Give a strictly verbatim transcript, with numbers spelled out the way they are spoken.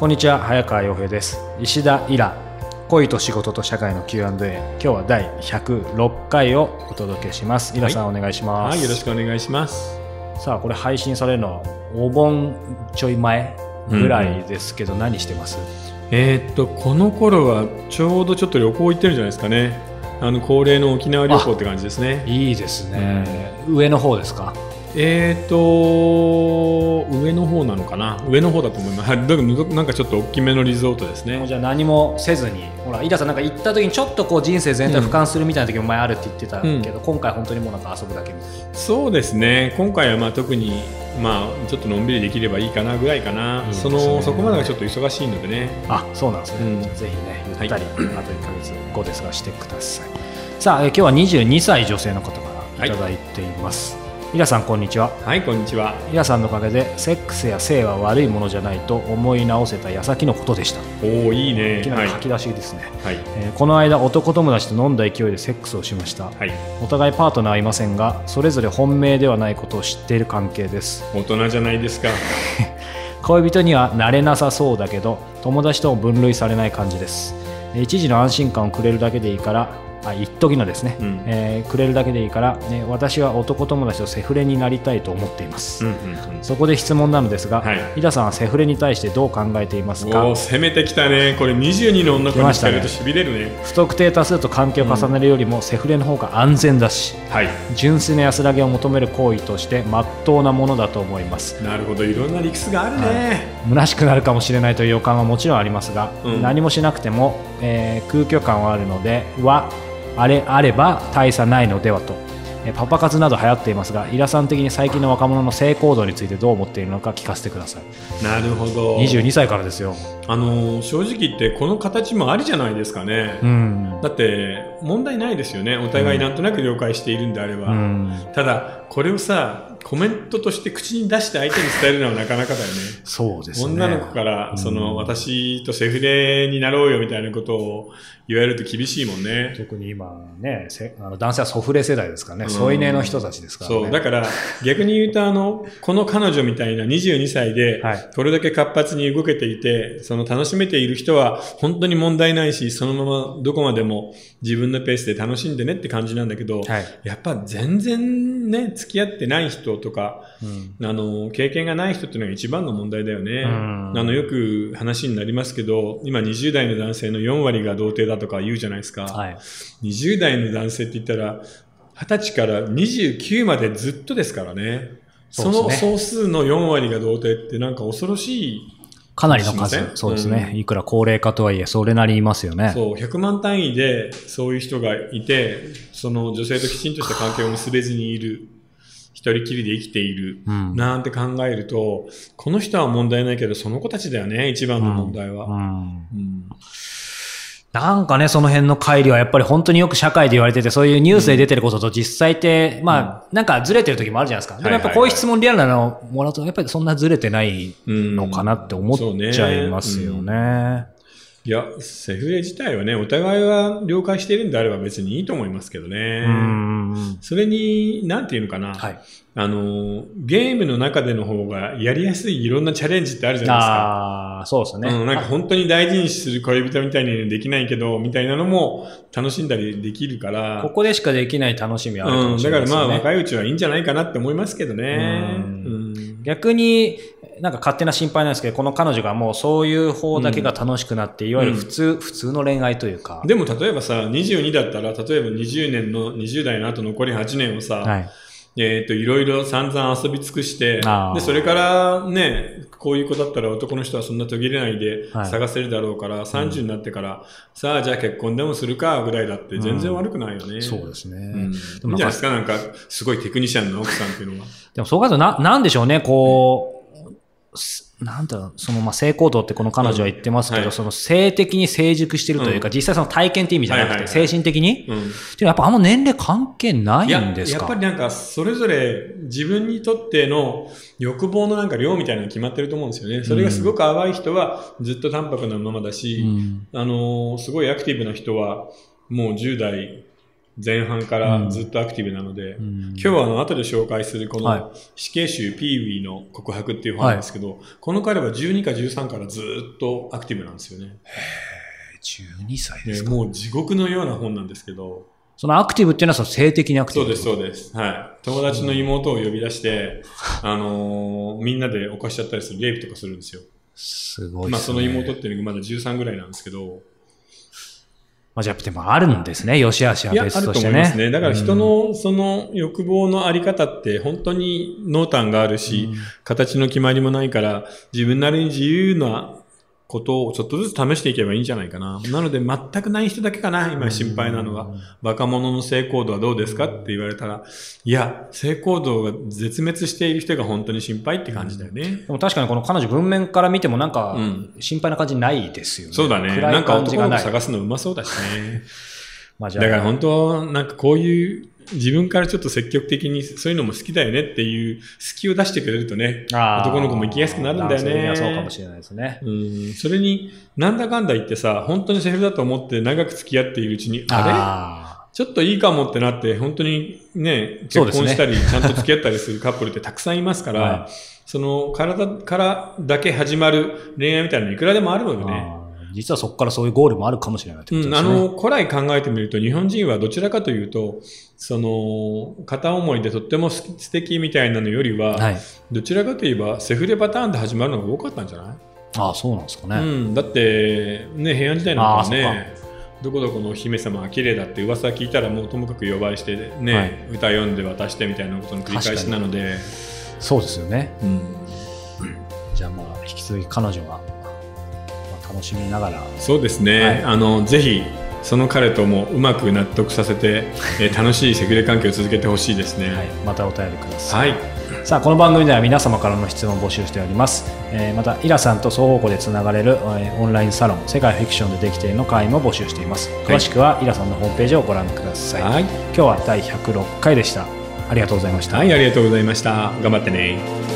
こんにちは、早川洋平です。石田イラ、恋と仕事と社会の キューアンドエー、今日はだいひゃくろっかいをお届けします。イラさん、はい、お願いします。 はい、よろしくお願いします。 さあ、これ配信されるのはお盆ちょい前ぐらいですけど、うん、何してます？ えー、っとこの頃はちょうどちょっと旅行行ってるんじゃないですかね。あの恒例の沖縄旅行って感じですね。 いいですね、うん、上の方ですか？ えーと上の方なのかな、上の方だと思います。はい、だからなんかちょっと大きめのリゾートですね。 もうじゃあ何もせずに、ほら、井田さんなんか行った時にちょっとこう人生全体俯瞰するみたいな時も前あるって言ってたけど、うん、今回本当にもうなんか遊ぶだけみたいな。 そうですね、今回はまあ特にまあちょっとのんびりできればいいかなぐらいかな。いいですね。そのそこまでがちょっと忙しいのでね。 あ、そうなんですね、うん、ぜひねゆったり、はい、あといっかげつごですがしてください。さあ、え今日はにじゅうにさい女性の方からいただいています。はい、イラさん、こんにちは。 はい、こんにちは。 イラさんのおかげでセックスや性は悪いものじゃないと思い直せた矢先のことでした。 おお、いいね。 いきなり吐き出しですね。 はい、 えー、この間男友達と飲んだ勢いでセックスをしました。はい、お互いパートナーはいませんが、それぞれ本命ではないことを知っている関係です。 大人じゃないですか。 恋人にはなれなさそうだけど、友達とも分類されない感じです。一時の安心感をくれるだけでいいからあ一時のですね、うん、えー、くれるだけでいいから、ね、私は男友達とセフレになりたいと思っています、うんうんうん、そこで質問なのですが、はい、井田さんはセフレに対してどう考えていますか？ おー、攻めてきたね。これにじゅうにの女の子に聞かれるとしびれるね。 不特定多数と関係を重ねるよりも、うん、セフレの方が安全だし、はい、純粋な安らぎを求める行為として真っ当なものだと思います。 なるほど、いろんな理屈があるね、はい、 虚しくなるかもしれないという予感はもちろんありますが、うん、何もしなくても、えー、空虚感はあるのではあれあれば大差ないのではと。えパパ活など流行っていますが、イラさん的に最近の若者の性行動についてどう思っているのか聞かせてください。 なるほど。 にじゅうにさいからですよ。 あの正直言ってこの形もありじゃないですかね、うん、だって問題ないですよね。お互いなんとなく了解しているんであれば、うん、ただこれをさコメントとして口に出して相手に伝えるのはなかなかだよね。 そうですね。 女の子からその、うん、私とセフレになろうよみたいなことを言われると厳しいもんね。 特に今ね、あの男性はソフレ世代ですからね、うん、添い寝の人たちですからね。 そうだから逆に言うとあのこの彼女みたいなにじゅうにさいでこれだけ活発に動けていて、その楽しめている人は本当に問題ないし、そのままどこまでも自分のペースで楽しんでねって感じなんだけど、はい、やっぱ全然ね付き合ってない人とか、うん、あの経験がない人っていうのが一番の問題だよね、うん、あのよく話になりますけど、今にじゅう代の男性のよんわりが童貞だとか言うじゃないですか、はい、にじゅう代の男性って言ったらはたちからにじゅうきゅうまでずっとですからね。その総数のよんわりが童貞ってなんか恐ろしい、 かなりの数。そうですね、うん、いくら高齢化とはいえそれなりにいますよね。 そう、ひゃくまん単位でそういう人がいて、その女性ときちんとした関係を結べずにいる、一人きりで生きている、うん、なんて考えると、この人は問題ないけどその子たちだよね、一番の問題は、うんうんうん、 なんかね、その辺の乖離はやっぱり本当によく社会で言われてて、そういうニュースで出てることと実際って、うん、まあ、なんかずれてる時もあるじゃないですか。でもやっぱこういう質問リアルなのをもらうと、やっぱりそんなずれてないのかなって思っちゃいますよね。うん、ね、 いや、セフレ自体はね、お互いは了解しているんであれば別にいいと思いますけどね。うん、それに、なんていうのかな。はい、あの、ゲームの中での方がやりやすいいろんなチャレンジってあるじゃないですか。 ああ、そうですね。 うん、なんか本当に大事にする恋人みたいにできないけど、みたいなのも楽しんだりできるから。 ここでしかできない楽しみはあるかもしれないですね。 うん、だからまあ若いうちはいいんじゃないかなって思いますけどね。うんうん、逆に、なんか勝手な心配なんですけど、この彼女がもうそういう方だけが楽しくなって、うん、いわゆる普通、うん、普通の恋愛というか。 でも例えばさ、にじゅうにだったら、例えばにじゅうねんのにじゅう代の後残りはちねんをさ、はい、えっと、いろいろ散々遊び尽くして、で、それからね、こういう子だったら男の人はそんな途切れないで探せるだろうから、はい、さんじゅうになってから、うん、さあじゃあ結婚でもするかぐらいだって全然悪くないよね。 うん、そうですね。うん、 いいんじゃないですか、なんか、すごいテクニシャンの奥さんっていうのは。 でもそうかとな、なんでしょうね、こう、うんなんだろう、その、まあ、性行動ってこの彼女は言ってますけど、うんはい、その性的に成熟してるというか、うん、実際その体験って意味じゃなくて、はいはいはい、精神的に、うん、ってやっぱあんま年齢関係ないんですか？ やっぱりなんか、それぞれ自分にとっての欲望のなんか量みたいなのが決まってると思うんですよね。それがすごく淡い人はずっと淡白なままだし、うん、あのー、すごいアクティブな人はもうじゅう代前半からずっとアクティブなので、うん、今日はあの後で紹介するこの死刑囚ピーウィーの告白っていう本なんですけど、はい、この彼はじゅうにかじゅうさんからずっとアクティブなんですよね。へー、 じゅうにさいですか。 もう地獄のような本なんですけど、 そのアクティブっていうのはその性的にアクティブ。 そうです、そうです。はい。友達の妹を呼び出して、あのー、みんなで犯しちゃったりする、レイプとかするんですよ。 すごいですね。 まあその妹っていうのがまだじゅうさんぐらいなんですけど、 まあ、じゃあでもあるんですね、良し悪しは別としてね。 いや、あると思いますね。だから人のその欲望のあり方って本当に濃淡があるし、うん、形の決まりもないから、自分なりに自由なことをちょっとずつ試していけばいいんじゃないかな。なので全くない人だけかな、今心配なのが。若者の性行動はどうですかって言われたら、いや、性行動が絶滅している人が本当に心配って感じだよね。 でも確かにこの彼女文面から見てもなんか心配な感じないですよね。 うん、そうだね。なんか男の子探すのうまそうだしね。まあじゃあだから本当なんかこういう自分からちょっと積極的にそういうのも好きだよねっていう隙を出してくれるとね、男の子も行きやすくなるんだよね。 そうかもしれないですね。 うん、それになんだかんだ言ってさ、本当にセフレだと思って長く付き合っているうちに、あれちょっといいかもってなって本当にね、結婚したり、ちゃんと付き合ったりするカップルってたくさんいますから、はい、その体からだけ始まる恋愛みたいなのいくらでもあるのでね。 実はそこからそういうゴールもあるかもしれないってことですね。 うん、あの、古来考えてみると、日本人はどちらかというと、その、片思いでとっても素敵みたいなのよりは、はい、どちらかといえば、セフレパターンで始まるのが多かったんじゃない？ ああ、そうなんですかね。 うん、だって、ね、平安時代なんかはね、どこどこのお姫様は綺麗だって噂聞いたら、もうともかく呼ばれしてね、はい、歌読んで渡してみたいなことの繰り返しなので。 そうですよね。うん、じゃあまあ、引き続き彼女は、楽しみながら。 そうですね、はい、あのぜひその彼ともうまく納得させて、えー、楽しいセフレ関係を続けてほしいですね、はい、 またお便りください、はい、さあこの番組では皆様からの質問を募集しております、えー、またイラさんと双方向でつながれる、えー、オンラインサロン世界フィクションでできているの会も募集しています。詳しくはイラさんのホームページをご覧ください、はい、今日はだいひゃくろっかいでした。ありがとうございました。 はい、ありがとうございました。頑張ってね。